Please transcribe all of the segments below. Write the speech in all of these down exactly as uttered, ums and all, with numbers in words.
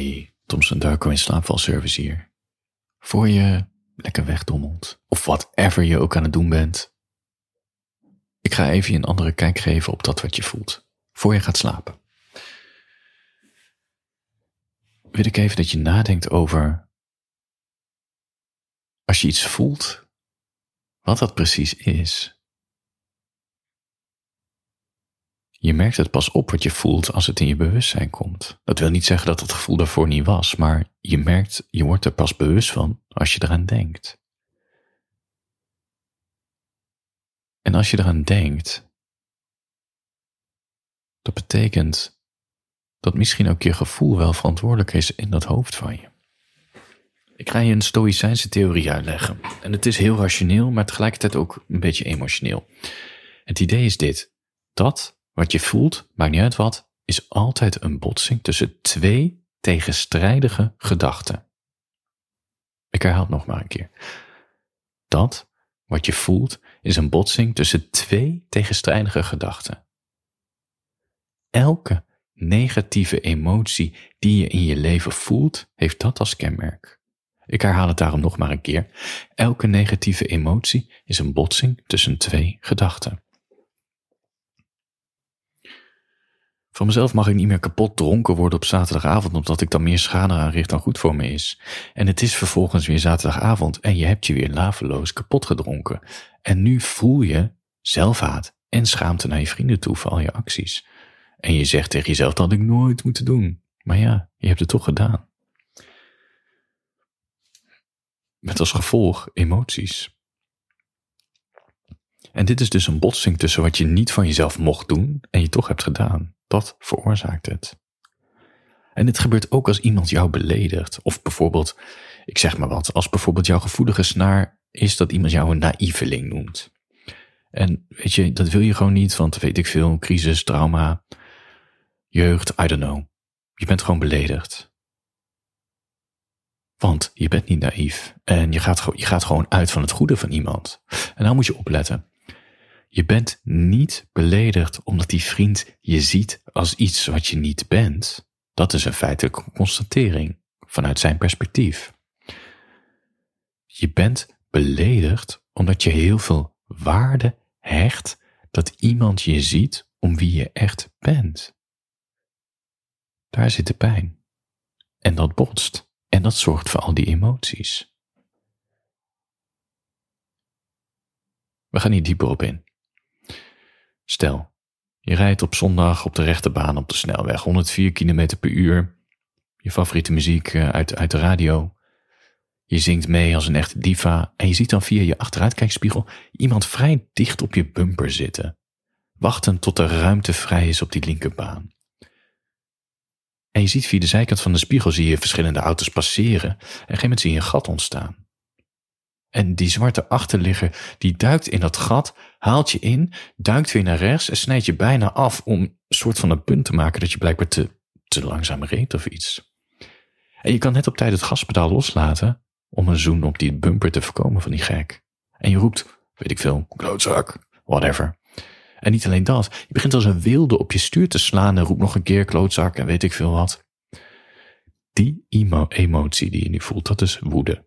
Hey, Thompson Darko in slaapvalservice hier. Voor je lekker wegdommelt, of whatever je ook aan het doen bent. Ik ga even je een andere kijk geven op dat wat je voelt, voor je gaat slapen. Wil ik even dat je nadenkt over, als je iets voelt, wat dat precies is. Je merkt het pas op wat je voelt als het in je bewustzijn komt. Dat wil niet zeggen dat het gevoel daarvoor niet was, maar je merkt, je wordt er pas bewust van als je eraan denkt. En als je eraan denkt, dat betekent dat misschien ook je gevoel wel verantwoordelijk is in dat hoofd van je. Ik ga je een stoïcijnse theorie uitleggen. En het is heel rationeel, maar tegelijkertijd ook een beetje emotioneel. Het idee is dit, dat wat je voelt, maakt niet uit wat, is altijd een botsing tussen twee tegenstrijdige gedachten. Ik herhaal het nog maar een keer. Dat wat je voelt is een botsing tussen twee tegenstrijdige gedachten. Elke negatieve emotie die je in je leven voelt, heeft dat als kenmerk. Ik herhaal het daarom nog maar een keer. Elke negatieve emotie is een botsing tussen twee gedachten. Van mezelf mag ik niet meer kapot dronken worden op zaterdagavond, omdat ik dan meer schade aanricht dan goed voor me is. En het is vervolgens weer zaterdagavond en je hebt je weer laveloos kapot gedronken. En nu voel je zelfhaat en schaamte naar je vrienden toe voor al je acties. En je zegt tegen jezelf, dat had ik nooit moeten doen. Maar ja, je hebt het toch gedaan. Met als gevolg emoties. En dit is dus een botsing tussen wat je niet van jezelf mocht doen en je toch hebt gedaan. Dat veroorzaakt het. En dit gebeurt ook als iemand jou beledigt. Of bijvoorbeeld, ik zeg maar wat, als bijvoorbeeld jouw gevoelige snaar is dat iemand jou een naïveling noemt. En weet je, dat wil je gewoon niet, want weet ik veel, crisis, trauma, jeugd, I don't know. Je bent gewoon beledigd. Want je bent niet naïef en je gaat, je gaat gewoon uit van het goede van iemand. En nou moet je opletten. Je bent niet beledigd omdat die vriend je ziet als iets wat je niet bent. Dat is een feitelijke constatering vanuit zijn perspectief. Je bent beledigd omdat je heel veel waarde hecht dat iemand je ziet om wie je echt bent. Daar zit de pijn. En dat botst. En dat zorgt voor al die emoties. We gaan hier dieper op in. Stel, je rijdt op zondag op de rechte baan op de snelweg, honderdvier kilometer per uur. Je favoriete muziek uit, uit de radio. Je zingt mee als een echte diva en je ziet dan via je achteruitkijkspiegel iemand vrij dicht op je bumper zitten, wachtend tot er ruimte vrij is op die linkerbaan. En je ziet via de zijkant van de spiegel zie je verschillende auto's passeren en op een gegeven moment zie je een gat ontstaan. En die zwarte achterligger die duikt in dat gat, haalt je in, duikt weer naar rechts en snijdt je bijna af om een soort van een punt te maken dat je blijkbaar te, te langzaam reed of iets. En je kan net op tijd het gaspedaal loslaten om een zoen op die bumper te voorkomen van die gek. En je roept, weet ik veel, klootzak, whatever. En niet alleen dat, je begint als een wilde op je stuur te slaan en roept nog een keer klootzak en weet ik veel wat. Die emo- emotie die je nu voelt, dat is woede.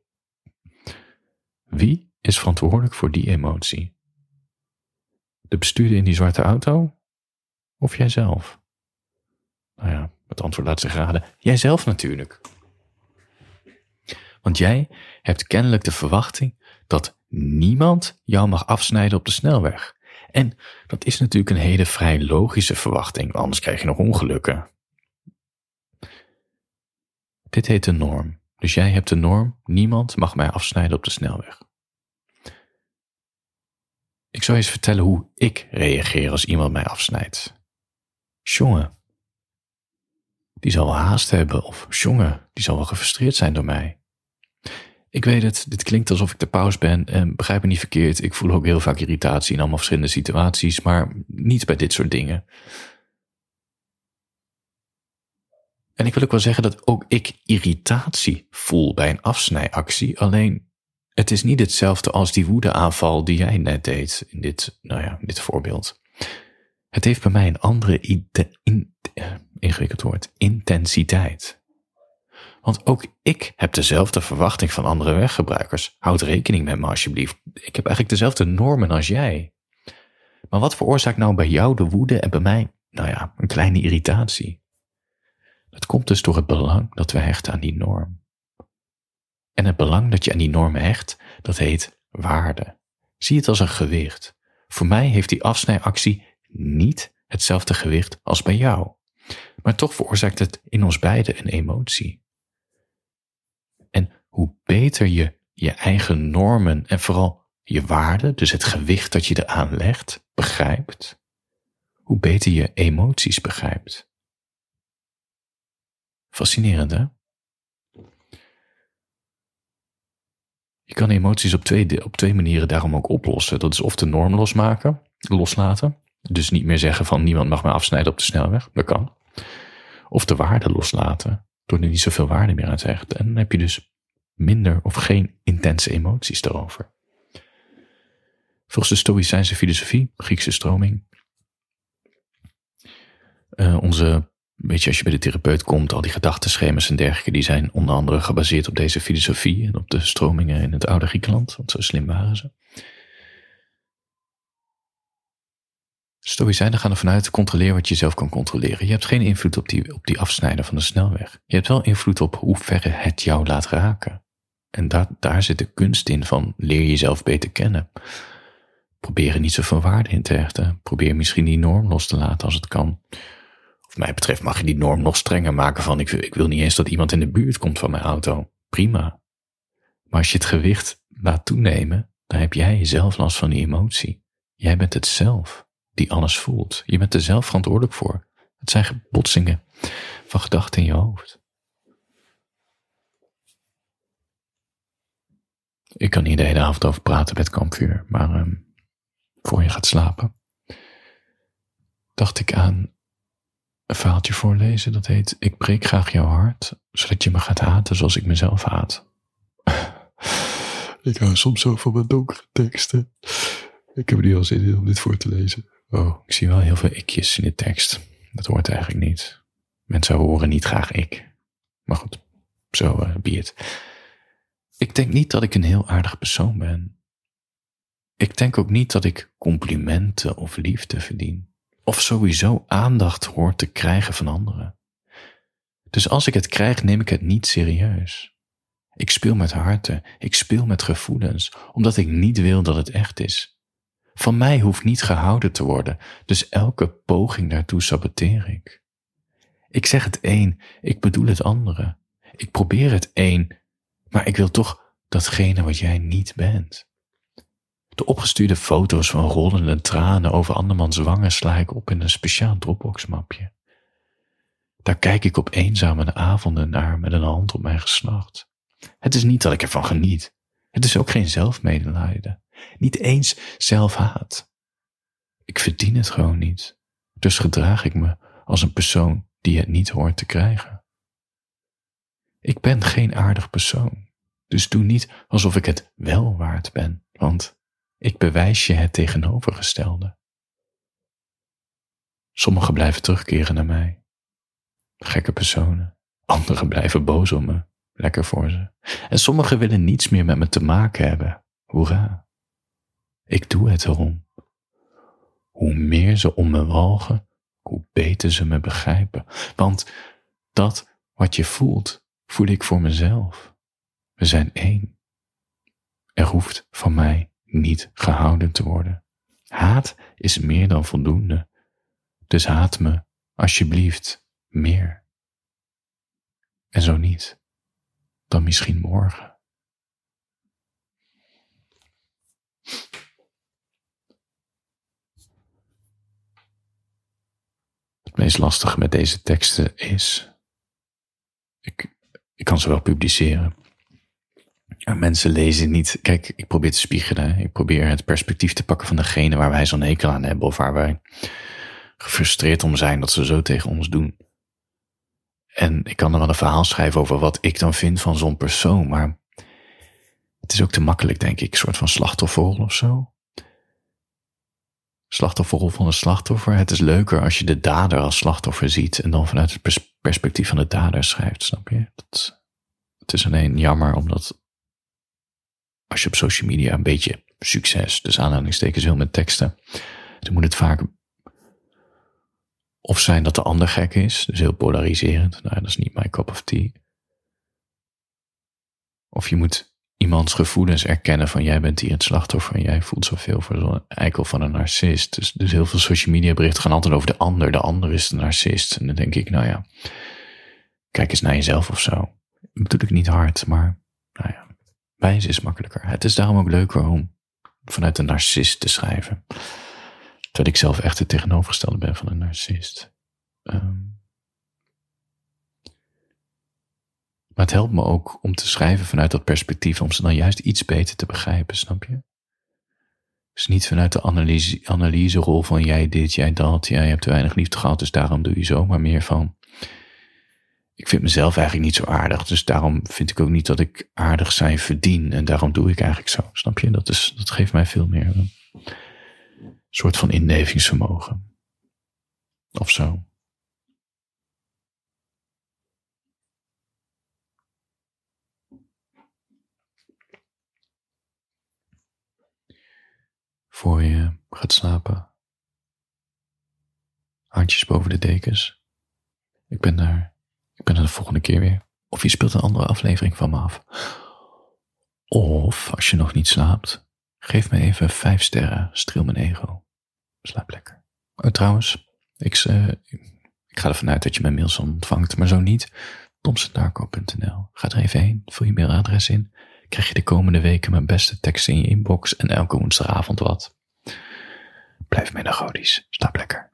Wie is verantwoordelijk voor die emotie? De bestuurder in die zwarte auto? Of jijzelf? Nou ja, het antwoord laat zich raden. Jijzelf natuurlijk. Want jij hebt kennelijk de verwachting dat niemand jou mag afsnijden op de snelweg. En dat is natuurlijk een hele vrij logische verwachting, anders krijg je nog ongelukken. Dit heet de norm. Dus jij hebt de norm, niemand mag mij afsnijden op de snelweg. Ik zal je eens vertellen hoe ik reageer als iemand mij afsnijdt. Jongen, die zal wel haast hebben, of jongen, die zal wel gefrustreerd zijn door mij. Ik weet het, dit klinkt alsof ik de paus ben en begrijp me niet verkeerd. Ik voel ook heel vaak irritatie in allemaal verschillende situaties, maar niet bij dit soort dingen. En ik wil ook wel zeggen dat ook ik irritatie voel bij een afsnijactie, alleen het is niet hetzelfde als die woedeaanval die jij net deed in dit, nou ja, in dit voorbeeld. Het heeft bij mij een andere ide- in, uh, ingewikkeld woord, intensiteit. Want ook ik heb dezelfde verwachting van andere weggebruikers. Houd rekening met me alsjeblieft. Ik heb eigenlijk dezelfde normen als jij. Maar wat veroorzaakt nou bij jou de woede en bij mij, nou ja, een kleine irritatie? Dat komt dus door het belang dat we hechten aan die norm. En het belang dat je aan die norm hecht, dat heet waarde. Zie het als een gewicht. Voor mij heeft die afsnijactie niet hetzelfde gewicht als bij jou. Maar toch veroorzaakt het in ons beiden een emotie. En hoe beter je je eigen normen en vooral je waarde, dus het gewicht dat je eraan legt, begrijpt, hoe beter je emoties begrijpt. Fascinerend, hè? Je kan emoties op twee, op twee manieren daarom ook oplossen. Dat is of de norm losmaken, loslaten. Dus niet meer zeggen van niemand mag mij afsnijden op de snelweg. Dat kan. Of de waarde loslaten. Door er niet zoveel waarde meer aan te hechten. En dan heb je dus minder of geen intense emoties daarover. Volgens de Stoïcijnse filosofie, Griekse stroming. Uh, onze, weet je, als je bij de therapeut komt, al die gedachtenschema's en dergelijke, die zijn onder andere gebaseerd op deze filosofie en op de stromingen in het oude Griekenland, want zo slim waren ze. Stoïcijnen gaan ervan uit, controleer wat je zelf kan controleren. Je hebt geen invloed op die, op die afsnijden van de snelweg. Je hebt wel invloed op hoe ver het jou laat raken. En daar, daar zit de kunst in van leer jezelf beter kennen. Probeer er niet zoveel waarde in te hechten. Probeer misschien die norm los te laten als het kan. Wat mij betreft mag je die norm nog strenger maken van ik, ik wil niet eens dat iemand in de buurt komt van mijn auto. Prima. Maar als je het gewicht laat toenemen, dan heb jij zelf last van die emotie. Jij bent het zelf die alles voelt. Je bent er zelf verantwoordelijk voor. Het zijn botsingen van gedachten in je hoofd. Ik kan hier de hele avond over praten met kampvuur, maar um, voor je gaat slapen, dacht ik aan een verhaaltje voorlezen. Dat heet, ik breek graag jouw hart, zodat je me gaat haten zoals ik mezelf haat. Ik hou soms zo van mijn donkere teksten. Ik heb er nu al zin in om dit voor te lezen. Oh, ik zie wel heel veel ikjes in de tekst. Dat hoort eigenlijk niet. Mensen horen niet graag ik. Maar goed, zo uh, be it. Ik denk niet dat ik een heel aardig persoon ben. Ik denk ook niet dat ik complimenten of liefde verdien. Of sowieso aandacht hoort te krijgen van anderen. Dus als ik het krijg, neem ik het niet serieus. Ik speel met harten, ik speel met gevoelens, omdat ik niet wil dat het echt is. Van mij hoeft niet gehouden te worden, dus elke poging daartoe saboteer ik. Ik zeg het een, ik bedoel het andere. Ik probeer het een, maar ik wil toch datgene wat jij niet bent. De opgestuurde foto's van rollende tranen over andermans wangen sla ik op in een speciaal Dropbox-mapje. Daar kijk ik op eenzame avonden naar met een hand op mijn geslacht. Het is niet dat ik ervan geniet. Het is ook geen zelfmedelijden. Niet eens zelfhaat. Ik verdien het gewoon niet. Dus gedraag ik me als een persoon die het niet hoort te krijgen. Ik ben geen aardig persoon. Dus doe niet alsof ik het wel waard ben, want ik bewijs je het tegenovergestelde. Sommigen blijven terugkeren naar mij. Gekke personen. Anderen blijven boos op me. Lekker voor ze. En sommigen willen niets meer met me te maken hebben. Hoera. Ik doe het erom. Hoe meer ze om me walgen, hoe beter ze me begrijpen. Want dat wat je voelt, voel ik voor mezelf. We zijn één. Er hoeft van mij niet gehouden te worden. Haat is meer dan voldoende. Dus haat me, alsjeblieft, meer. En zo niet, dan misschien morgen. Het meest lastige met deze teksten is, ik, ik kan ze wel publiceren. Maar mensen lezen niet. Kijk, ik probeer te spiegelen. Ik probeer het perspectief te pakken van degene waar wij zo'n hekel aan hebben. Of waar wij gefrustreerd om zijn dat ze zo tegen ons doen. En ik kan er wel een verhaal schrijven over wat ik dan vind van zo'n persoon. Maar het is ook te makkelijk, denk ik. Een soort van slachtofferrol of zo. Slachtofferrol van een slachtoffer. Het is leuker als je de dader als slachtoffer ziet. En dan vanuit het pers- perspectief van de dader schrijft, snap je? Dat Het is alleen jammer omdat als je op social media een beetje succes, dus aanhalingstekens wil met teksten, dan moet het vaak of zijn dat de ander gek is, dus heel polariserend. Nou, dat is niet my cup of tea. Of je moet iemands gevoelens erkennen van jij bent hier het slachtoffer en jij voelt zoveel voor zo'n eikel van een narcist. Dus, dus heel veel social media berichten gaan altijd over de ander. De ander is de narcist. En dan denk ik, nou ja, kijk eens naar jezelf of zo. Dat bedoel ik niet hard, maar nou ja, wijzen is makkelijker. Het is daarom ook leuker om vanuit een narcist te schrijven. Terwijl ik zelf echt het tegenovergestelde ben van een narcist. Um, maar het helpt me ook om te schrijven vanuit dat perspectief, om ze dan juist iets beter te begrijpen, snap je? Dus niet vanuit de analyse, analyserol van jij dit, jij dat, jij hebt te weinig liefde gehad, dus daarom doe je zo. Maar meer van, ik vind mezelf eigenlijk niet zo aardig, dus daarom vind ik ook niet dat ik aardig zijn verdien. En daarom doe ik eigenlijk zo, snap je? Dat, is, dat geeft mij veel meer een soort van inlevingsvermogen. Of zo. Voor je gaat slapen. Handjes boven de dekens. Ik ben er, ik ben er de volgende keer weer. Of je speelt een andere aflevering van me af. Of, als je nog niet slaapt, geef me even vijf sterren, streel mijn ego. Slaap lekker. Oh, trouwens, ik, uh, ik ga ervan uit dat je mijn mails ontvangt, maar zo niet. Tomsendarko punt n l. Ga er even heen, vul je mailadres in. Krijg je de komende weken mijn beste teksten in je inbox en elke woensdagavond wat. Blijf melancholisch. Slaap lekker.